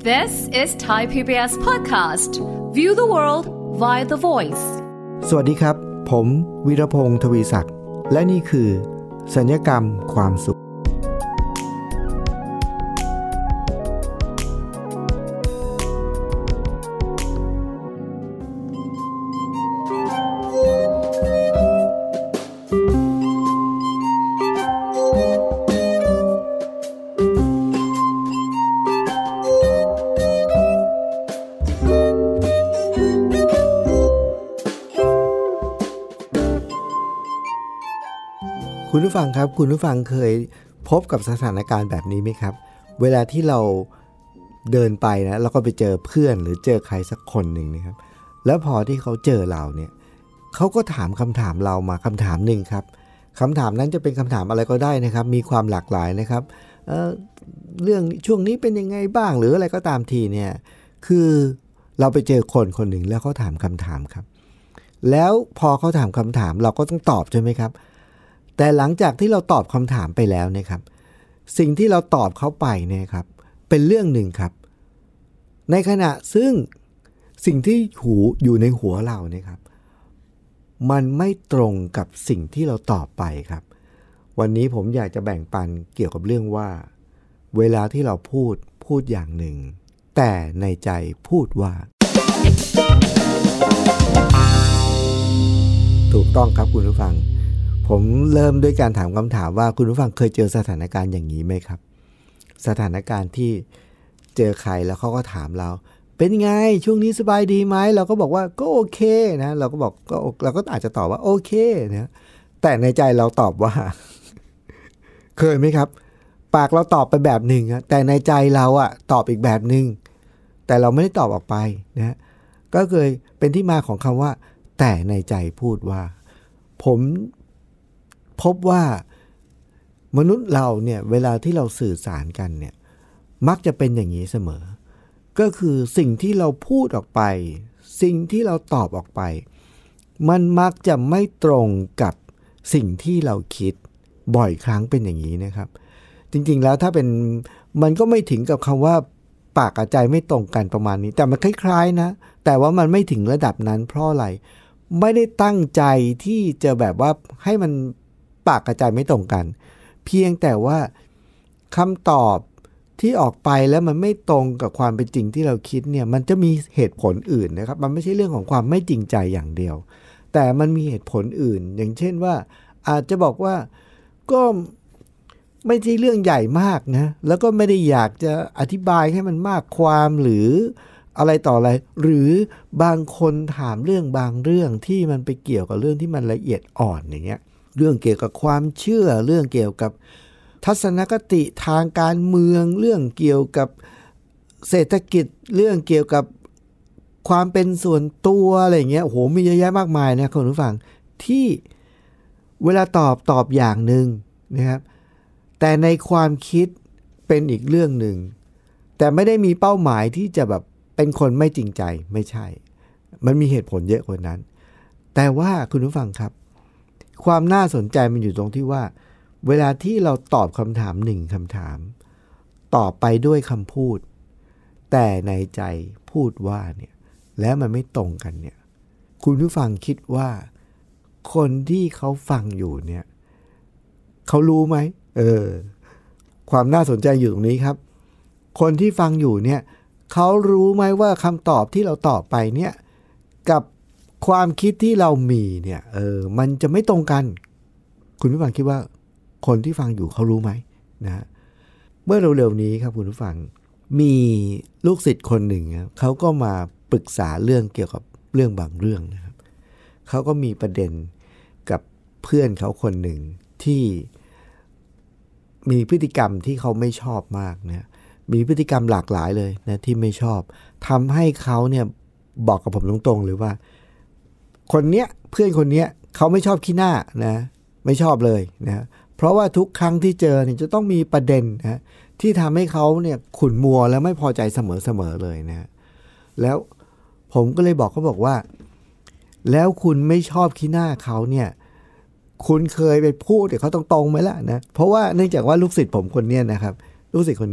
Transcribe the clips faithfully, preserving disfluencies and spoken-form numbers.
This is Thai พี บี เอส podcast. View the world via the voice. สวัสดีครับผมวีรพงศ์ทวีศักดิ์และนี่คือสัญญกรรมความสุขคุณผู้ฟังครับคุณผู้ฟังเคยพบกับสถานการณ์แบบนี้ไหมครับเวลาที่เราเดินไปนะแล้วก็ไปเจอเพื่อนหรือเจอใครสักคนหนึ่งนะครับแล้วพอที่เขาเจอเราเนี่ยเขาก็ถามคำถามเรามาคำถามหนึ่งครับคำถามนั้นจะเป็นคำถามอะไรก็ได้นะครับมีความหลากหลายนะครับ เอ่อ เรื่องช่วงนี้เป็นยังไงบ้างหรืออะไรก็ตามทีเนี่ยคือเราไปเจอคนคนหนึ่งแล้วเขาถามคำถามครับแล้วพอเขาถามคำถามเราก็ต้องตอบใช่ไหมครับแต่หลังจากที่เราตอบคำถามไปแล้วนะครับสิ่งที่เราตอบเขาไปเนี่ยครับเป็นเรื่องหนึ่งครับในขณะซึ่งสิ่งที่หูอยู่ในหัวเราเนี่ยครับมันไม่ตรงกับสิ่งที่เราตอบไปครับวันนี้ผมอยากจะแบ่งปันเกี่ยวกับเรื่องว่าเวลาที่เราพูดพูดอย่างหนึ่งแต่ในใจพูดว่าถูกต้องครับคุณผู้ฟังผมเริ่มด้วยการถามคำถามว่าคุณผู้ฟังเคยเจอสถานการณ์อย่างนี้ไหมครับสถานการณ์ที่เจอใครแล้วเขาก็ถามเราเป็นไงช่วงนี้สบายดีไหมเราก็บอกว่าก็โอเคนะเราก็บอกก็เราก็อาจจะตอบว่าโอเคนะแต่ในใจเราตอบว่า เคยไหมครับปากเราตอบไปแบบหนึ่งแต่ในใจเราอะตอบอีกแบบหนึ่งแต่เราไม่ได้ตอบออกไปนะก็เคยเป็นที่มาของคำว่าแต่ในใจพูดว่าผมพบว่ามนุษย์เราเนี่ยเวลาที่เราสื่อสารกันเนี่ยมักจะเป็นอย่างนี้เสมอก็คือสิ่งที่เราพูดออกไปสิ่งที่เราตอบออกไปมันมักจะไม่ตรงกับสิ่งที่เราคิดบ่อยครั้งเป็นอย่างนี้นะครับจริงๆแล้วถ้าเป็นมันก็ไม่ถึงกับคำว่าปากกับใจไม่ตรงกันประมาณนี้แต่มันคล้ายๆนะแต่ว่ามันไม่ถึงระดับนั้นเพราะอะไรไม่ได้ตั้งใจที่จะแบบว่าให้มันปากกับใจไม่ตรงกันเพียงแต่ว่าคำตอบที่ออกไปแล้วมันไม่ตรงกับความเป็นจริงที่เราคิดเนี่ยมันจะมีเหตุผลอื่นนะครับมันไม่ใช่เรื่องของความไม่จริงใจอย่างเดียวแต่มันมีเหตุผลอื่นอย่างเช่นว่าอาจจะบอกว่าก็ไม่ใช่เรื่องใหญ่มากนะแล้วก็ไม่ได้อยากจะอธิบายให้มันมากความหรืออะไรต่ออะไรหรือบางคนถามเรื่องบางเรื่องที่มันไปเกี่ยวกับเรื่องที่มันละเอียดอ่อนอย่างเงี้ยเรื่องเกี่ยวกับความเชื่อเรื่องเกี่ยวกับทัศนคติทางการเมืองเรื่องเกี่ยวกับเศรษฐกิจเรื่องเกี่ยวกับความเป็นส่วนตัวอะไรอย่างเงี้ยโอ้โหมีเยอะแยะมากมายนะคุณผู้ฟังที่เวลาตอบตอบอย่างนึงนะครับแต่ในความคิดเป็นอีกเรื่องนึงแต่ไม่ได้มีเป้าหมายที่จะแบบเป็นคนไม่จริงใจไม่ใช่มันมีเหตุผลเยอะกว่านั้นแต่ว่าคุณผู้ฟังครับความน่าสนใจมันอยู่ตรงที่ว่าเวลาที่เราตอบคำถามหนึ่งคำถามตอบไปด้วยคำพูดแต่ในใจพูดว่าเนี่ยแล้วมันไม่ตรงกันเนี่ยคุณผู้ฟังคิดว่าคนที่เขาฟังอยู่เนี่ยเขารู้ไหมเออความน่าสนใจอยู่ตรงนี้ครับคนที่ฟังอยู่เนี่ยเขารู้ไหมว่าคำตอบที่เราตอบไปเนี่ยกับความคิดที่เรามีเนี่ยเออมันจะไม่ตรงกันคุณผู้ฟังคิดว่าคนที่ฟังอยู่เขารู้ไหมนะเมื่อเร็วๆนี้ครับคุณผู้ฟังมีลูกศิษย์คนหนึ่งเขาก็มาปรึกษาเรื่องเกี่ยวกับเรื่องบางเรื่องนะครับเขาก็มีประเด็นกับเพื่อนเขาคนหนึ่งที่มีพฤติกรรมที่เขาไม่ชอบมากนะมีพฤติกรรมหลากหลายเลยนะที่ไม่ชอบทำให้เขาเนี่ยบอกกับผมตรงๆเลยว่าคนเนี้ยเพื่อนคนเนี้ยเขาไม่ชอบขี้หน้านะไม่ชอบเลยนะเพราะว่าทุกครั้งที่เจอเนี่ยจะต้องมีประเด็นนะที่ทำให้เขาเนี่ยขุ่นมัวและไม่พอใจเสมอๆเลยนะแล้วผมก็เลยบอกเขาบอกว่าแล้วคุณไม่ชอบขี้หน้าเขาเนี่ยคุณเคยไปพูดกับเขาตรงๆไหมล่ะนะเพราะว่าเนื่องจากว่าลูกศิษย์ผมคนเนี้ยนะครับลูกศิษย์คนเนี้ย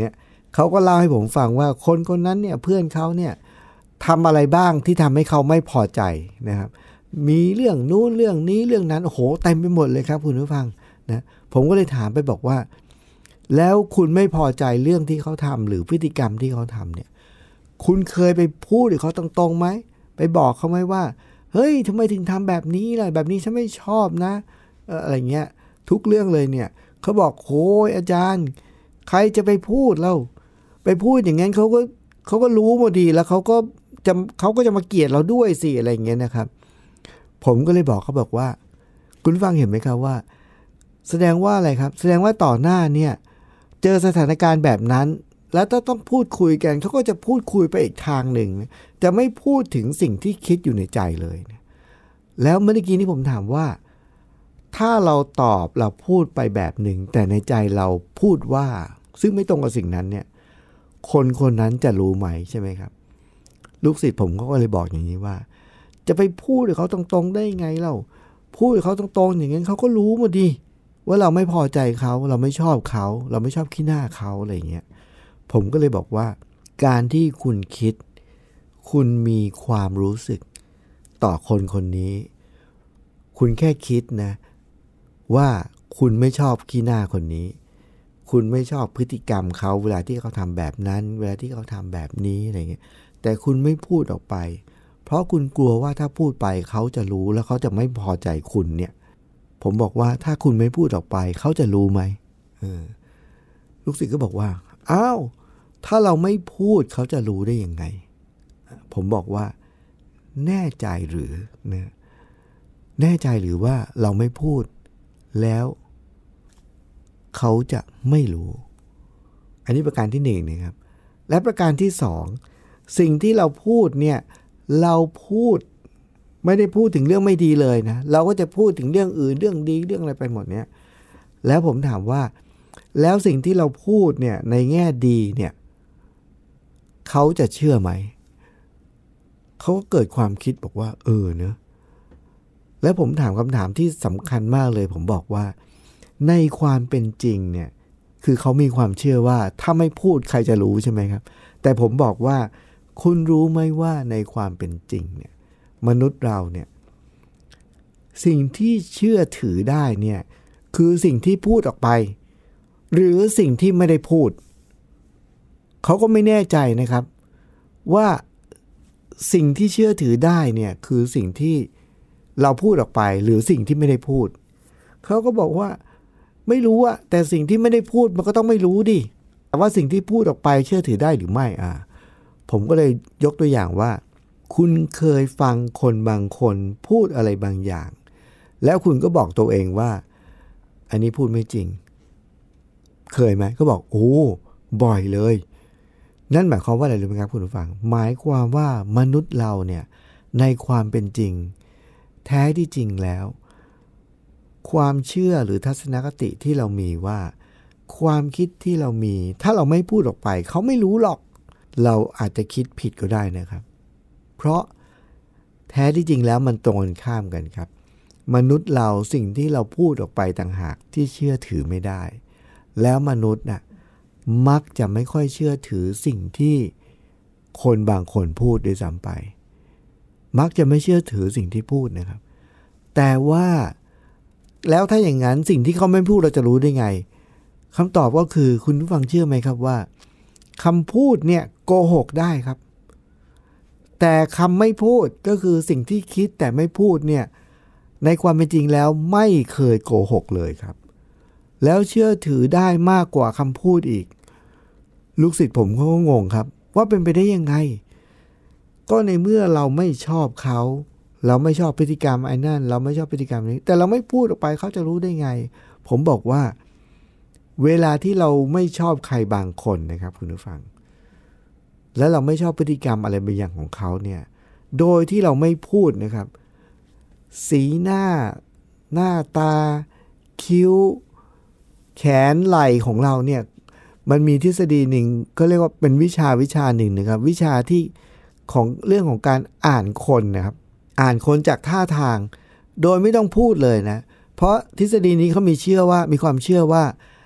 เขาก็เล่าให้ผมฟังว่าคนคนนั้นเนี่ยเพื่อนเขาเนี่ยทำอะไรบ้างที่ทำให้เขาไม่พอใจนะครับมีเรื่องนู้นเรื่องนี้เรื่องนั้นโอ้โหเต็มไปหมดเลยครับคุณผู้ฟังนะผมก็เลยถามไปบอกว่าแล้วคุณไม่พอใจเรื่องที่เขาทำหรือพฤติกรรมที่เขาทำเนี่ยคุณเคยไปพูดกับเขาตรงๆไหมไปบอกเขาไหมว่าเฮ้ยทำไมถึงทำแบบนี้ล่ะแบบนี้ฉันไม่ชอบนะอะไรเงี้ยทุกเรื่องเลยเนี่ยเขาบอกโอ้ยอาจารย์ใครจะไปพูดเล่าไปพูดอย่างงั้นเขาก็เขาก็รู้หมดดีแล้วเขาก็จะเขาก็จะมาเกลียดเราด้วยสิอะไรอย่างเงี้ยนะครับผมก็เลยบอกเขาบอกว่าคุณฟังเห็นไหมครับว่าแสดงว่าอะไรครับแสดงว่าต่อหน้าเนี่ยเจอสถานการณ์แบบนั้นแล้วถ้าต้องพูดคุยกันเขาก็จะพูดคุยไปอีกทางหนึ่งจะไม่พูดถึงสิ่งที่คิดอยู่ในใจเลยแล้วเมื่อกี้นี้ผมถามว่าถ้าเราตอบเราพูดไปแบบหนึ่งแต่ในใจเราพูดว่าซึ่งไม่ตรงกับสิ่งนั้นเนี่ยคนคนนั้นจะรู้ไหมใช่ไหมครับลูกศิษย์ผมก็เลยบอกอย่างนี้ว่าจะไปพูดกับเขาตรงๆได้ไงเราพูดกับเขาตรงๆอย่างนั้นเขาก็รู้หมดดีว่าเราไม่พอใจเขาเราไม่ชอบเขาเราไม่ชอบขี้หน้าเขาอะไรอย่างเงี้ยผมก็เลยบอกว่าการที่คุณคิดคุณมีความรู้สึกต่อคนคนนี้คุณแค่คิดนะว่าคุณไม่ชอบขี้หน้าคนนี้คุณไม่ชอบพฤติกรรมเขาเวลาที่เขาทำแบบนั้นเวลาที่เขาทำแบบนี้อะไรเงี้ยแต่คุณไม่พูดออกไปเพราะคุณกลัวว่าถ้าพูดไปเขาจะรู้แล้วเขาจะไม่พอใจคุณเนี่ยผมบอกว่าถ้าคุณไม่พูดออกไปเขาจะรู้ไหมเออลูกศิษย์ก็บอกว่าอ้าวถ้าเราไม่พูดเขาจะรู้ได้ยังไงผมบอกว่าแน่ใจหรือนะแน่ใจหรือว่าเราไม่พูดแล้วเขาจะไม่รู้อันนี้ประการที่หนึ่งนะครับและประการที่สองสิ่งที่เราพูดเนี่ยเราพูดไม่ได้พูดถึงเรื่องไม่ดีเลยนะเราก็จะพูดถึงเรื่องอื่นเรื่องดีเรื่องอะไรไปหมดเนี่ยแล้วผมถามว่าแล้วสิ่งที่เราพูดเนี่ยในแง่ดีเนี่ยเขาจะเชื่อไหมเขาก็เกิดความคิดบอกว่าเออเนอะแล้วผมถามคำถามที่สำคัญมากเลยผมบอกว่าในความเป็นจริงเนี่ยคือเขามีความเชื่อว่าถ้าไม่พูดใครจะรู้ใช่ไหมครับแต่ผมบอกว่าคุณรู้ไหมว่าในความเป็นจริงเนี่ยมนุษย์เราเนี่ยสิ่งที่เชื่อถือได้เนี่ยคือสิ่งที่พูดออกไปหรือสิ่งที่ไม่ได้พูดเขาก็ไม่แน่ใจนะครับว่าสิ่งที่เชื่อถือได้เนี่ยคือสิ่งที่เราพูดออกไปหรือสิ่งที่ไม่ได้พูดเขาก็บอกว่าไม่รู้อะแต่สิ่งที่ไม่ได้พูดมันก็ต้องไม่รู้ดิแต่ว่าสิ่งที่พูดออกไปเชื่อถือได้หรือไม่อ่าผมก็เลยยกตัวอย่างว่าคุณเคยฟังคนบางคนพูดอะไรบางอย่างแล้วคุณก็บอกตัวเองว่าอันนี้พูดไม่จริงเคยไหมก็บอกโอ้บ่อยเลยนั่นหมายความว่าอะไรรู้ไหมครับคุณผู้ฟังหมายความว่ามนุษย์เราเนี่ยในความเป็นจริงแท้ที่จริงแล้วความเชื่อหรือทัศนคติที่เรามีว่าความคิดที่เรามีถ้าเราไม่พูดออกไปเขาไม่รู้หรอกเราอาจจะคิดผิดก็ได้นะครับเพราะแท้ที่จริงแล้วมันตรงกันข้ามกันครับมนุษย์เราสิ่งที่เราพูดออกไปต่างหากที่เชื่อถือไม่ได้แล้วมนุษย์น่ะมักจะไม่ค่อยเชื่อถือสิ่งที่คนบางคนพูดด้วยซ้ำไปมักจะไม่เชื่อถือสิ่งที่พูดนะครับแต่ว่าแล้วถ้าอย่างนั้นสิ่งที่เขาไม่พูดเราจะรู้ได้ไงคำตอบก็คือคุณผู้ฟังเชื่อไหมครับว่าคำพูดเนี่ยโกหกได้ครับแต่คำไม่พูดก็คือสิ่งที่คิดแต่ไม่พูดเนี่ยในความเป็นจริงแล้วไม่เคยโกหกเลยครับแล้วเชื่อถือได้มากกว่าคำพูดอีกลูกศิษย์ผมเขาก็งงครับว่าเป็นไปได้ยังไงก็ในเมื่อเราไม่ชอบเขาเราไม่ชอบพฤติกรรมไอ้นั่นเราไม่ชอบพฤติกรรมนี้แต่เราไม่พูดออกไปเขาจะรู้ได้ไงผมบอกว่าเวลาที่เราไม่ชอบใครบางคนนะครับคุณผู้ฟังแล้วเราไม่ชอบพฤติกรรมอะไรบางอย่างของเขาเนี่ยโดยที่เราไม่พูดนะครับสีหน้าหน้าตาคิ้วแขนไหล่ของเราเนี่ยมันมีทฤษฎีหนึ่งก็เรียกว่าเป็นวิชาวิชาหนึ่งนะครับวิชาที่ของเรื่องของการอ่านคนนะครับอ่านคนจากท่าทางโดยไม่ต้องพูดเลยนะเพราะทฤษฎีนี้เขามีเชื่อว่ามีความเชื่อว่า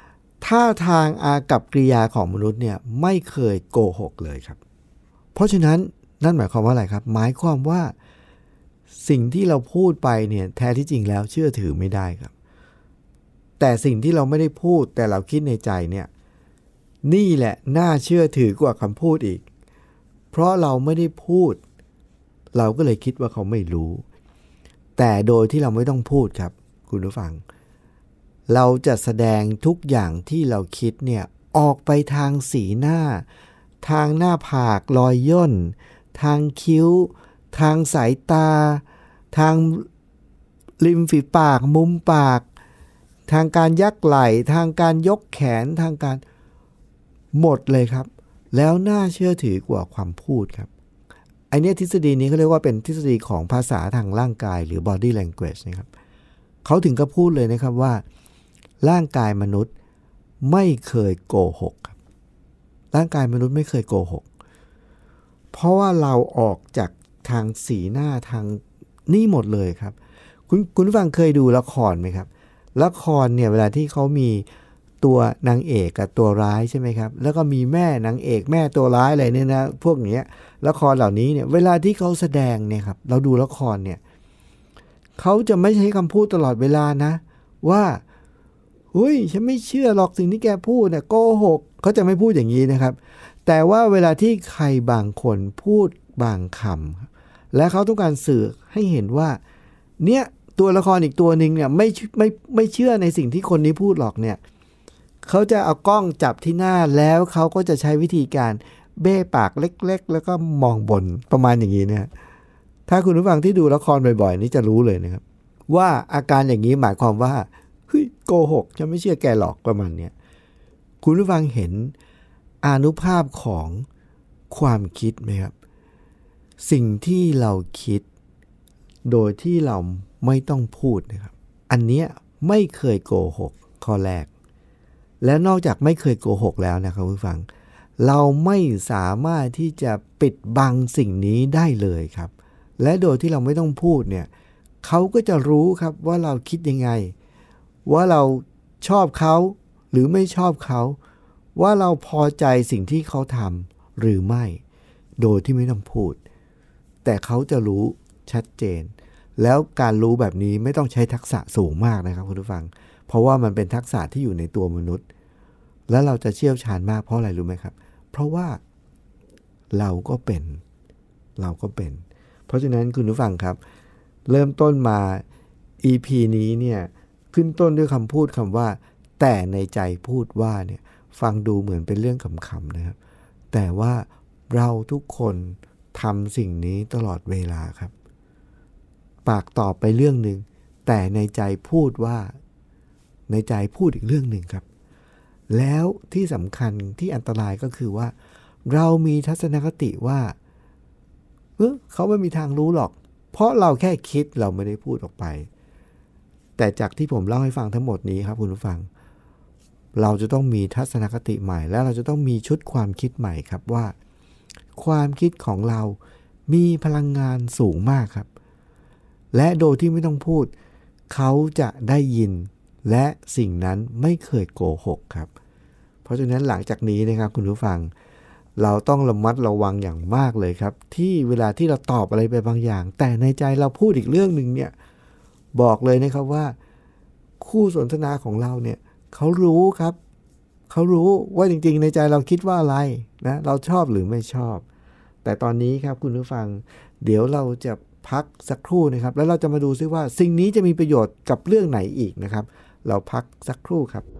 ท่าทางอากัปกิริยาของมนุษย์เนี่ยไม่เคยโกหกเลยครับเพราะฉะนั้นนั่นหมายความว่าอะไรครับหมายความว่าสิ่งที่เราพูดไปเนี่ยแท้ที่จริงแล้วเชื่อถือไม่ได้ครับแต่สิ่งที่เราไม่ได้พูดแต่เราคิดในใจเนี่ยนี่แหละน่าเชื่อถือกว่าคำพูดอีกเพราะเราไม่ได้พูดเราก็เลยคิดว่าเขาไม่รู้แต่โดยที่เราไม่ต้องพูดครับคุณผู้ฟังเราจะแสดงทุกอย่างที่เราคิดเนี่ยออกไปทางสีหน้าทางหน้าผากรอยย่นทางคิ้วทางสายตาทางริมฝีปากมุมปากทางการยักไหล่ทางการยกแขนทางการหมดเลยครับแล้วน่าเชื่อถือกว่าความพูดครับไอเนี้ยทฤษฎีนี้เขาเรียกว่าเป็นทฤษฎีของภาษาทางร่างกายหรือ body language นะครับเขาถึงก็พูดเลยนะครับว่าร่างกายมนุษย์ไม่เคยโกหกครับร่างกายมนุษย์ไม่เคยโกหกเพราะว่าเราออกจากทางสีหน้าทางนี่หมดเลยครับคุณคุณผู้ฟังเคยดูละครไหมครับละครเนี่ยเวลาที่เขามีตัวนางเอกกับตัวร้ายใช่ไหมครับแล้วก็มีแม่นางเอกแม่ตัวร้ายอะไรเนี่ยนะพวกเนี้ยละครเหล่านี้เนี่ยเวลาที่เขาแสดงเนี่ยครับเราดูละครเนี่ยเขาจะไม่ใช้คำพูดตลอดเวลานะว่าเฮ้ยฉันไม่เชื่อหรอกสิ่งที่แกพูดเนี่ยโกหกเขาจะไม่พูดอย่างนี้นะครับแต่ว่าเวลาที่ใครบางคนพูดบางคำและเขาต้องการสื่อให้เห็นว่าเนี่ยตัวละครอีกตัวนึงเนี่ยไม่ไม่ไม่เชื่อในสิ่งที่คนนี้พูดหรอกเนี่ยเขาจะเอากล้องจับที่หน้าแล้วเขาก็จะใช้วิธีการเบ้ปากเล็กๆแล้วก็มองบนประมาณอย่างนี้เนี่ยถ้าคุณผู้ฟังที่ดูละครบ่อยๆนี่จะรู้เลยนะครับว่าอาการอย่างนี้หมายความว่าเฮ้ยโกหกฉันไม่เชื่อแกหรอกประมาณเนี้ยคุณผู้ฟังเห็นอานุภาพของความคิดไหมครับสิ่งที่เราคิดโดยที่เราไม่ต้องพูดนะครับอันเนี้ยไม่เคยโกหกข้อแรกและนอกจากไม่เคยโกหกแล้วนะครับคุณผู้ฟังเราไม่สามารถที่จะปิดบังสิ่งนี้ได้เลยครับและโดยที่เราไม่ต้องพูดเนี่ยเขาก็จะรู้ครับว่าเราคิดยังไงว่าเราชอบเขาหรือไม่ชอบเขาว่าเราพอใจสิ่งที่เขาทำหรือไม่โดยที่ไม่ต้องพูดแต่เขาจะรู้ชัดเจนแล้วการรู้แบบนี้ไม่ต้องใช้ทักษะสูงมากนะครับคุณผู้ฟังเพราะว่ามันเป็นทักษะที่อยู่ในตัวมนุษย์และเราจะเชี่ยวชาญมากเพราะอะไรรู้ไหมครับเพราะว่าเราก็เป็นเราก็เป็นเพราะฉะนั้นคุณผู้ฟังครับเริ่มต้นมา อี พี นี้เนี่ยขึ้นต้นด้วยคำพูดคำว่าแต่ในใจพูดว่าเนี่ยฟังดูเหมือนเป็นเรื่องขำๆนะครับแต่ว่าเราทุกคนทำสิ่งนี้ตลอดเวลาครับปากตอบไปเรื่องหนึ่งแต่ในใจพูดว่าในใจพูดอีกเรื่องหนึ่งครับแล้วที่สำคัญที่อันตรายก็คือว่าเรามีทัศนคติว่าเออเขาไม่มีทางรู้หรอกเพราะเราแค่คิดเราไม่ได้พูดออกไปแต่จากที่ผมเล่าให้ฟังทั้งหมดนี้ครับคุณผู้ฟังเราจะต้องมีทัศนคติใหม่และเราจะต้องมีชุดความคิดใหม่ครับว่าความคิดของเรามีพลังงานสูงมากครับและโดยที่ไม่ต้องพูดเขาจะได้ยินและสิ่งนั้นไม่เคยโกหกครับเพราะฉะนั้นหลังจากนี้นะครับคุณผู้ฟังเราต้องระมัดระวังอย่างมากเลยครับที่เวลาที่เราตอบอะไรไปบางอย่างแต่ในใจเราพูดอีกเรื่องนึงเนี่ยบอกเลยนะครับว่าคู่สนทนาของเราเนี่ยเขารู้ครับเขารู้ว่าจริงๆในใจเราคิดว่าอะไรนะเราชอบหรือไม่ชอบแต่ตอนนี้ครับคุณผู้ฟังเดี๋ยวเราจะพักสักครู่นะครับแล้วเราจะมาดูซิว่าสิ่งนี้จะมีประโยชน์กับเรื่องไหนอีกนะครับเราพักสักครู่ครับ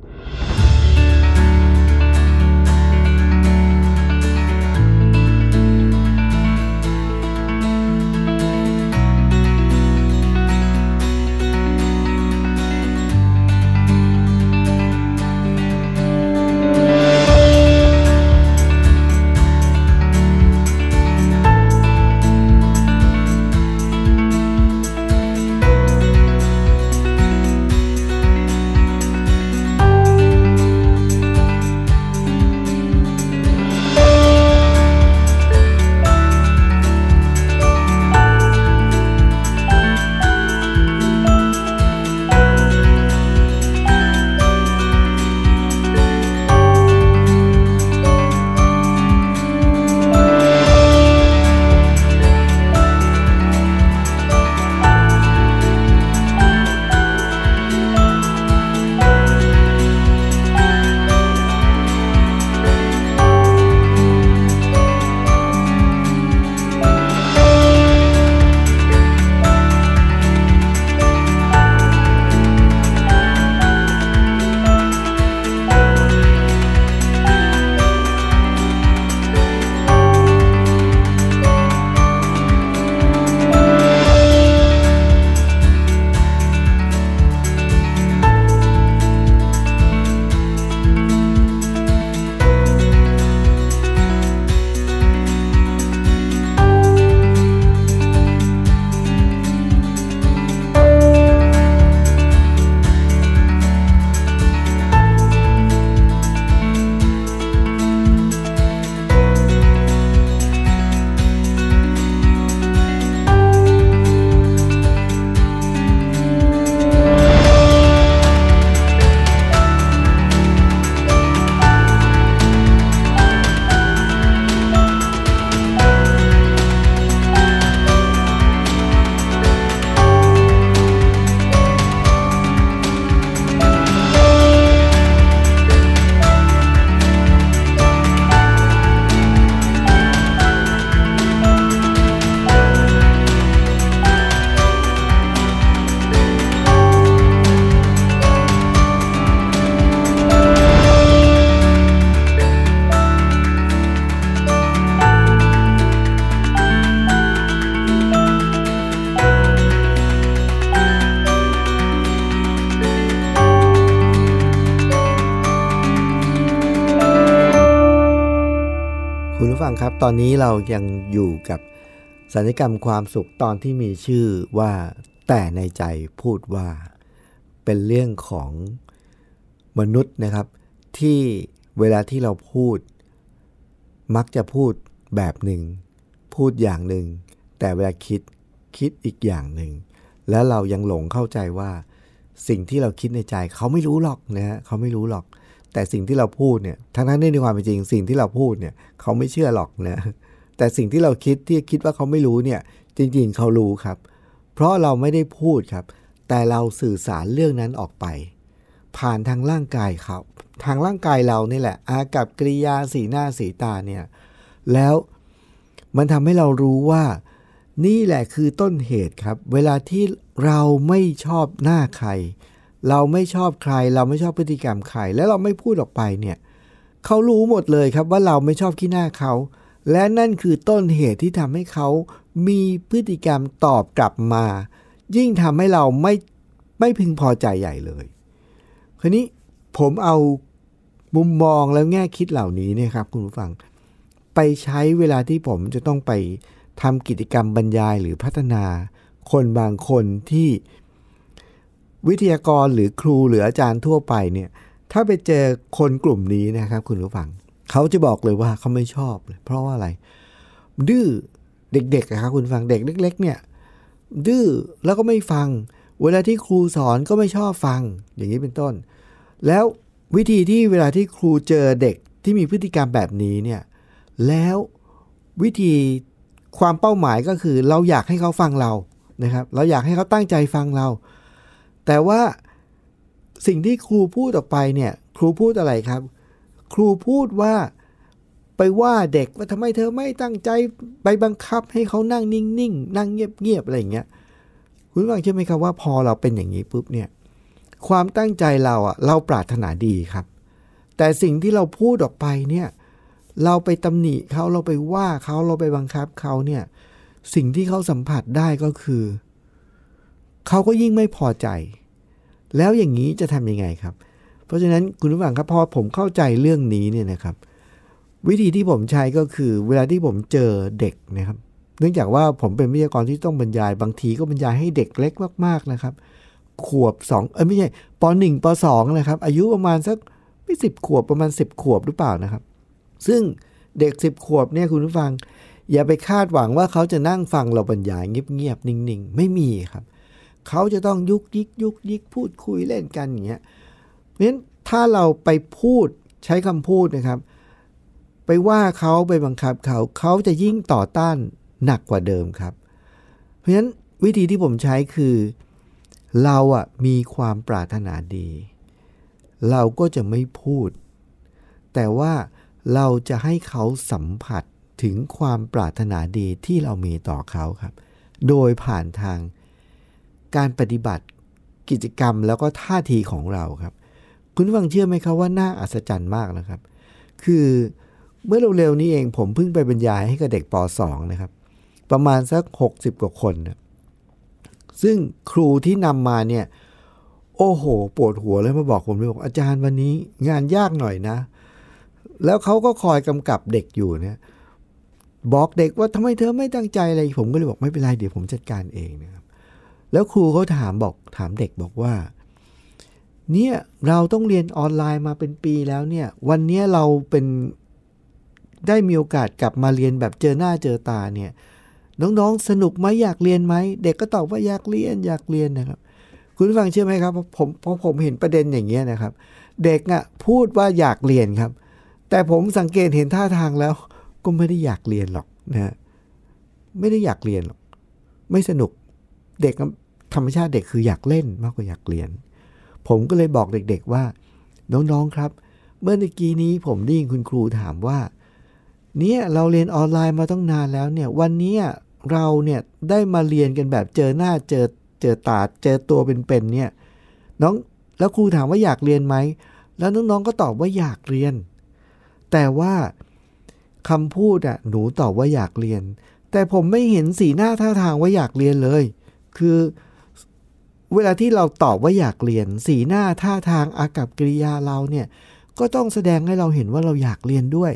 งครับตอนนี้เรายังอยู่กับสัญญกรรมความสุขตอนที่มีชื่อว่าแต่ในใจพูดว่าเป็นเรื่องของมนุษย์นะครับที่เวลาที่เราพูดมักจะพูดแบบหนึ่งพูดอย่างหนึ่งแต่เวลาคิดคิดอีกอย่างหนึ่งแล้วเรายังหลงเข้าใจว่าสิ่งที่เราคิดในใจเขาไม่รู้หรอกนะฮะเขาไม่รู้หรอกแต่สิ่งที่เราพูดเนี่ยทั้งนั้นในความเป็นจริงสิ่งที่เราพูดเนี่ยเขาไม่เชื่อหรอกนะแต่สิ่งที่เราคิดที่คิดว่าเขาไม่รู้เนี่ยจริงๆเขารู้ครับเพราะเราไม่ได้พูดครับแต่เราสื่อสารเรื่องนั้นออกไปผ่านทางร่างกายเขาทางร่างกายเรานี่แหละอากับกิริยาสีหน้าสีตาเนี่ยแล้วมันทำให้เรารู้ว่านี่แหละคือต้นเหตุครับเวลาที่เราไม่ชอบหน้าใครเราไม่ชอบใครเราไม่ชอบพฤติกรรมใครแล้วเราไม่พูดออกไปเนี่ยเขารู้หมดเลยครับว่าเราไม่ชอบขี้หน้าเขาและนั่นคือต้นเหตุที่ทำให้เขามีพฤติกรรมตอบกลับมายิ่งทำให้เราไม่ไม่พึงพอใจใหญ่เลยคราวนี้ผมเอามุมมองแล้วแง่คิดเหล่านี้เนี่ยครับคุณผู้ฟังไปใช้เวลาที่ผมจะต้องไปทำกิจกรรมบรรยายหรือพัฒนาคนบางคนที่วิทยากรหรือครูหรืออาจารย์ทั่วไปเนี่ยถ้าไปเจอคนกลุ่มนี้นะครับคุณผู้ฟังเขาจะบอกเลยว่าเขาไม่ชอบเลยเพราะว่าอะไรดื้อเด็กๆนะครับคุณฟังเด็กเล็กๆเนี่ยดื้อแล้วก็ไม่ฟังเวลาที่ครูสอนก็ไม่ชอบฟังอย่างนี้เป็นต้นแล้ววิธีที่เวลาที่ครูเจอเด็กที่มีพฤติกรรมแบบนี้เนี่ยแล้ววิธีความเป้าหมายก็คือเราอยากให้เขาฟังเรานะครับเราอยากให้เขาตั้งใจฟังเราแต่ว่าสิ่งที่ครูพูดออกไปเนี่ยครูพูดอะไรครับครูพูดว่าไปว่าเด็กว่าทำไมเธอไม่ตั้งใจไปบังคับให้เขานั่งนิ่งๆนั่งเงียบๆอะไรอย่างเงี้ยคุณฟังใช่ไหมครับว่าพอเราเป็นอย่างนี้ปุ๊บเนี่ยความตั้งใจเราอ่ะเราปรารถนาดีครับแต่สิ่งที่เราพูดออกไปเนี่ยเราไปตำหนิเขาเราไปว่าเขาเราไปบังคับเขาเนี่ยสิ่งที่เขาสัมผัสได้ก็คือเขาก็ยิ่งไม่พอใจแล้วอย่างนี้จะทำยังไงครับเพราะฉะนั้นคุณผู้ฟังครับพอผมเข้าใจเรื่องนี้เนี่ยนะครับวิธีที่ผมใช้ก็คือเวลาที่ผมเจอเด็กนะครับเนื่องจากว่าผมเป็นวิทยากรที่ต้องบรรยายบางทีก็บรรยายให้เด็กเล็กมากๆนะครับขวบสองเอ้ยไม่ใช่ปหนึ่งปสองนะครับอายุประมาณสักไม่สิบขวบประมาณสิบขวบหรือเปล่านะครับซึ่งเด็กสิบขวบเนี่ยคุณผู้ฟังอย่าไปคาดหวังว่าเขาจะนั่งฟังเราบรรยายเงียบๆนิ่งๆไม่มีครับเขาจะต้องยุกยิกยุกยิกพูดคุยเล่นกันอย่างเงี้ยเพราะฉะนั้นถ้าเราไปพูดใช้คำพูดนะครับไปว่าเขาไปบังคับเขาเขาจะยิ่งต่อต้านหนักกว่าเดิมครับเพราะฉะนั้นวิธีที่ผมใช้คือเราอ่ะมีความปรารถนาดีเราก็จะไม่พูดแต่ว่าเราจะให้เขาสัมผัสถึงความปรารถนาดีที่เรามีต่อเขาครับโดยผ่านทางการปฏิบัติกิจกรรมแล้วก็ท่าทีของเราครับคุณฟังเชื่อไหมครับว่าน่าอัศจรรย์มากนะครับคือเมื่อเร็วๆนี้เองผมเพิ่งไปบรรยายให้กับเด็กป.สอง นะครับประมาณสักหกสิบกว่าคนนะซึ่งครูที่นำมาเนี่ยโอ้โหปวดหัวเลยมาบอกผมเลยบอกอาจารย์วันนี้งานยากหน่อยนะแล้วเขาก็คอยกำกับเด็กอยู่เนี่ยบอกเด็กว่าทำไมเธอไม่ตั้งใจอะไรผมก็เลยบอกไม่เป็นไรเดี๋ยวผมจัดการเองนะครับแล้วครูเขาถามบอกถามเด็กบอกว่าเนี่ยเราต้องเรียนออนไลน์มาเป็นปีแล้วเนี่ยวันนี้เราเป็นได้มีโอกาสกลับมาเรียนแบบเจอหน้าเจอตาเนี่ยน้องๆสนุกไหมอยากเรียนไหมเด็กก็ตอบว่าอยากเรียนอยากเรียนนะครับคุณฟังเชื่อไหมครับผมพอผมเห็นประเด็นอย่างเงี้ยนะครับเด็กอ่ะพูดว่าอยากเรียนครับแต่ผมสังเกตเห็นท่าทางแล้วก็ไม่ได้อยากเรียนหรอกนะไม่ได้อยากเรียนหรอกไม่สนุกเด็กธรรมชาติเด็กคืออยากเล่นมากกว่าอยากเรียนผมก็เลยบอกเด็กๆว่าน้องๆครับเมื่อกี้นี้ผมได้ยินคุณครูถามว่าเนี่ยเราเรียนออนไลน์มาตั้งนานแล้วเนี่ยวันนี้เราเนี่ยได้มาเรียนกันแบบเจอหน้าเจอเจอตาเจอตัวเป็นๆเนี่ยน้องแล้วครูถามว่าอยากเรียนไหมแล้วน้องๆก็ตอบว่าอยากเรียนแต่ว่าคำพูดอ่ะหนูตอบว่าอยากเรียนแต่ผมไม่เห็นสีหน้าท่าทางว่าอยากเรียนเลยคือเวลาที่เราตอบว่าอยากเรียนสีหน้าท่าทางอากับกิริยาเราเนี่ยก็ต้องแสดงให้เราเห็นว่าเราอยากเรียนด้วย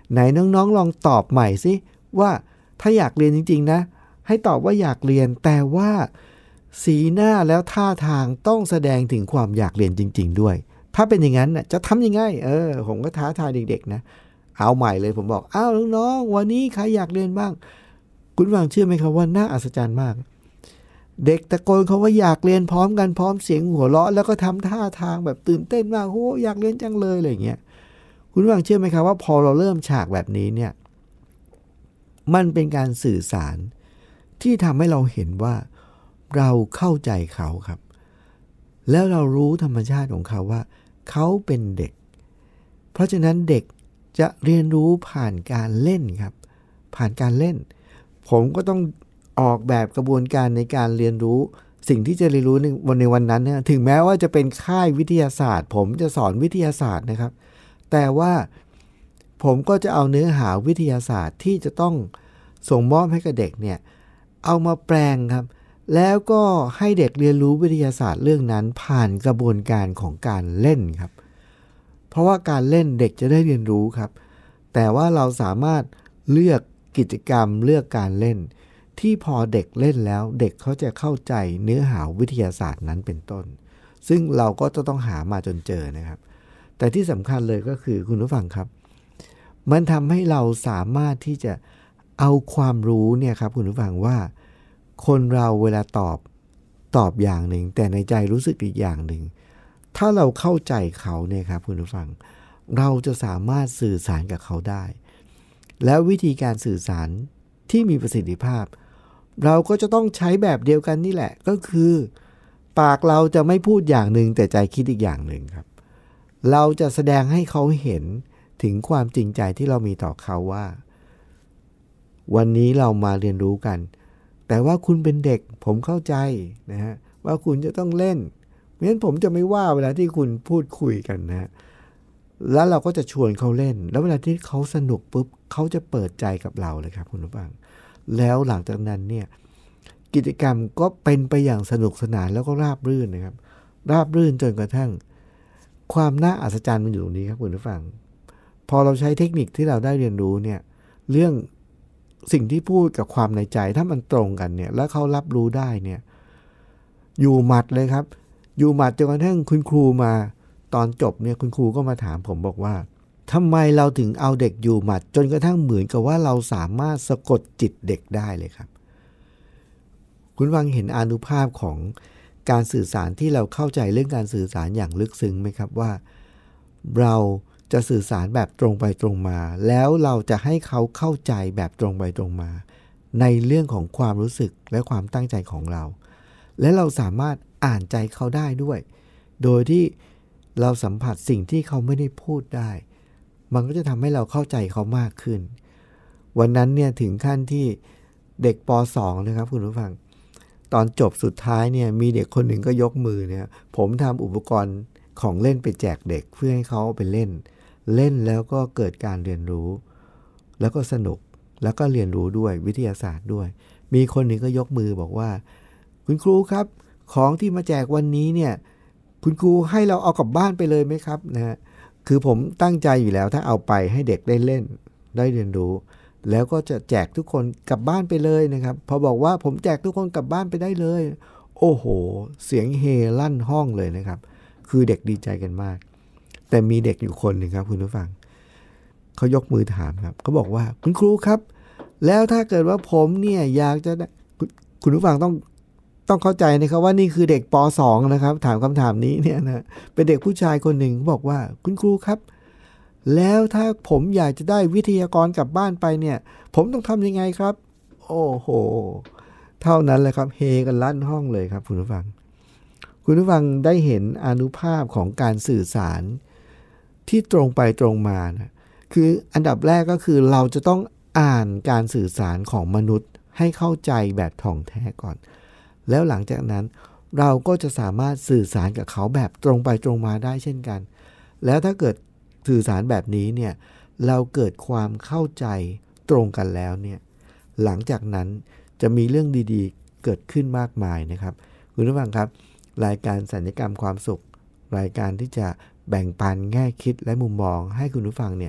ไหนน้องๆลองตอบใหม่สิว่าถ้าอยากเรียนจริงๆนะให้ตอบว่าอยากเรียนแต่ว่าสีหน้าแล้วท่าทางต้องแสดงถึงความอยากเรียนจริงๆด้วยถ้าเป็นอย่างนั้นน่ะจะทำยังไงเออผมก็ท้าทายเด็กๆนะเอาใหม่เลยผมบอกอ้าวน้องๆวันนี้ใครอยากเรียนบ้างคุณฟังเชื่อไหมครับว่าน่าอัศจรรย์มากเด็กตะโกนเขาว่าอยากเรียนพร้อมกันพร้อมเสียงหัวเราะแล้วก็ทำท่าทางแบบตื่นเต้นมากโอ้อยากเรียนจังเลยอะไรอย่างเงี้ยคุณฟังเชื่อไหมครับว่าพอเราเริ่มฉากแบบนี้เนี่ยมันเป็นการสื่อสารที่ทำให้เราเห็นว่าเราเข้าใจเขาครับแล้วเรารู้ธรรมชาติของเขาว่าเขาเป็นเด็กเพราะฉะนั้นเด็กจะเรียนรู้ผ่านการเล่นครับผ่านการเล่นผมก็ต้องออกแบบกระบวนการในการเรียนรู้สิ่งที่จะเรียนรู้ในวันในวันนั้นเนี่ยถึงแม้ว่าจะเป็นค่ายวิทยาศาสตร์ผมจะสอนวิทยาศาสตร์นะครับแต่ว่าผมก็จะเอาเนื้อหาวิทยาศาสตร์ที่จะต้องส่งมอบให้กับเด็กเนี่ยเอามาแปลงครับแล้วก็ให้เด็กเรียนรู้วิทยาศาสตร์เรื่องนั้นผ่านกระบวนการของการเล่นครับเพราะว่าการเล่นเด็กจะได้เรียนรู้ครับแต่ว่าเราสามารถเลือกกิจกรรมเลือกการเล่นที่พอเด็กเล่นแล้วเด็กเขาจะเข้าใจเนื้อหาวิทยาศาสตร์นั้นเป็นต้นซึ่งเราก็จะต้องหามาจนเจอนะครับแต่ที่สำคัญเลยก็คือคุณผู้ฟังครับมันทำให้เราสามารถที่จะเอาความรู้เนี่ยครับคุณผู้ฟังว่าคนเราเวลาตอบตอบอย่างหนึ่งแต่ในใจรู้สึกอีกอย่างหนึ่งถ้าเราเข้าใจเขาเนี่ยครับคุณผู้ฟังเราจะสามารถสื่อสารกับเขาได้แล้ววิธีการสื่อสารที่มีประสิทธิภาพเราก็จะต้องใช้แบบเดียวกันนี่แหละก็คือปากเราจะไม่พูดอย่างหนึ่งแต่ใจคิดอีกอย่างหนึ่งครับเราจะแสดงให้เขาเห็นถึงความจริงใจที่เรามีต่อเขาว่าวันนี้เรามาเรียนรู้กันแต่ว่าคุณเป็นเด็กผมเข้าใจนะฮะว่าคุณจะต้องเล่นเพราะฉะนั้นผมจะไม่ว่าเวลาที่คุณพูดคุยกันนะฮะแล้วเราก็จะชวนเขาเล่นแล้วเวลาที่เขาสนุกปุ๊บเขาจะเปิดใจกับเราเลยครับคุณผู้ฟังแล้วหลังจากนั้นเนี่ยกิจกรรมก็เป็นไปอย่างสนุกสนานแล้วก็ราบรื่นนะครับราบรื่นจนกระทั่งความน่าอัศจรรย์มันอยู่ตรงนี้ครับคุณผู้ฟังพอเราใช้เทคนิคที่เราได้เรียนรู้เนี่ยเรื่องสิ่งที่พูดกับความในใจถ้ามันตรงกันเนี่ยแล้วเขารับรู้ได้เนี่ยอยู่หมัดเลยครับอยู่หมัดจนกระทั่งคุณครูมาตอนจบเนี่ยคุณครูก็มาถามผมบอกว่าทำไมเราถึงเอาเด็กอยู่หมัดจนกระทั่งเหมือนกับว่าเราสามารถสะกดจิตเด็กได้เลยครับคุณฟังเห็นอานุภาพของการสื่อสารที่เราเข้าใจเรื่องการสื่อสารอย่างลึกซึ้งไหมครับว่าเราจะสื่อสารแบบตรงไปตรงมาแล้วเราจะให้เขาเข้าใจแบบตรงไปตรงมาในเรื่องของความรู้สึกและความตั้งใจของเราและเราสามารถอ่านใจเขาได้ด้วยโดยที่เราสัมผัสสิ่งที่เขาไม่ได้พูดได้มันก็จะทำให้เราเข้าใจเขามากขึ้นวันนั้นเนี่ยถึงขั้นที่เด็กป สอง นะครับคุณผู้ฟังตอนจบสุดท้ายเนี่ยมีเด็กคนหนึ่งก็ยกมือเนี่ยผมทำอุปกรณ์ของเล่นไปแจกเด็กเพื่อให้เขาไปเล่นเล่นแล้วก็เกิดการเรียนรู้แล้วก็สนุกแล้วก็เรียนรู้ด้วยวิทยาศาสตร์ด้วยมีคนหนึ่งก็ยกมือบอกว่าคุณครูครับของที่มาแจกวันนี้เนี่ยคุณครูให้เราเอากลับบ้านไปเลยไหมครับนะฮะคือผมตั้งใจอยู่แล้วถ้าเอาไปให้เด็กได้เล่นได้เรียนรู้แล้วก็จะแจกทุกคนกลับบ้านไปเลยนะครับพอบอกว่าผมแจกทุกคนกลับบ้านไปได้เลยโอ้โหเสียงเฮลั่นห้องเลยนะครับคือเด็กดีใจกันมากแต่มีเด็กอยู่คนหนึ่งครับคุณผู้ฟังเขายกมือถามครับเขาบอกว่าคุณครูครับแล้วถ้าเกิดว่าผมเนี่ยอยากจะคุณผู้ฟังต้องต้องเข้าใจนะครับว่านี่คือเด็กป สอง นะครับถามคำถามนี้เนี่ยนะเป็นเด็กผู้ชายคนหนึ่งบอกว่าคุณครูครับแล้วถ้าผมอยากจะได้วิทยากรกลับบ้านไปเนี่ยผมต้องทำยังไงครับโอ้โหเท่านั้นแหละครับเฮกันลั่นห้องเลยครับคุณผู้ฟังคุณผู้ฟังได้เห็นอานุภาพของการสื่อสารที่ตรงไปตรงมานะคืออันดับแรกก็คือเราจะต้องอ่านการสื่อสารของมนุษย์ให้เข้าใจแบบถ่องแท้ก่อนแล้วหลังจากนั้นเราก็จะสามารถสื่อสารกับเขาแบบตรงไปตรงมาได้เช่นกันแล้วถ้าเกิดสื่อสารแบบนี้เนี่ยเราเกิดความเข้าใจตรงกันแล้วเนี่ยหลังจากนั้นจะมีเรื่องดีๆเกิดขึ้นมากมายนะครับคุณผู้ฟังครับรายการสัญญกรรมความสุขรายการที่จะแบ่งปันแง่คิดและมุมมองให้คุณผู้ฟังเนี่ย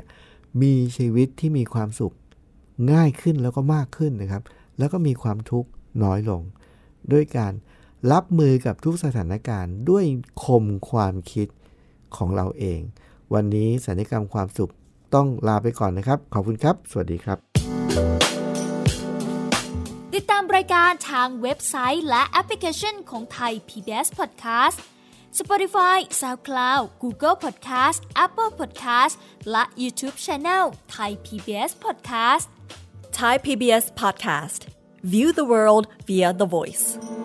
มีชีวิตที่มีความสุขง่ายขึ้นแล้วก็มากขึ้นนะครับแล้วก็มีความทุกข์น้อยลงด้วยการรับมือกับทุกสถานการณ์ด้วยคมความคิดของเราเองวันนี้สัญญกรรมความสุขต้องลาไปก่อนนะครับขอบคุณครับสวัสดีครับติดตามรายการทางเว็บไซต์และแอปพลิเคชันของไทย พี บี เอส Podcast Spotify, SoundCloud, Google Podcast, Apple Podcast และ YouTube Channel Thai พี บี เอส Podcast Thai พี บี เอส Podcast View the world via the voice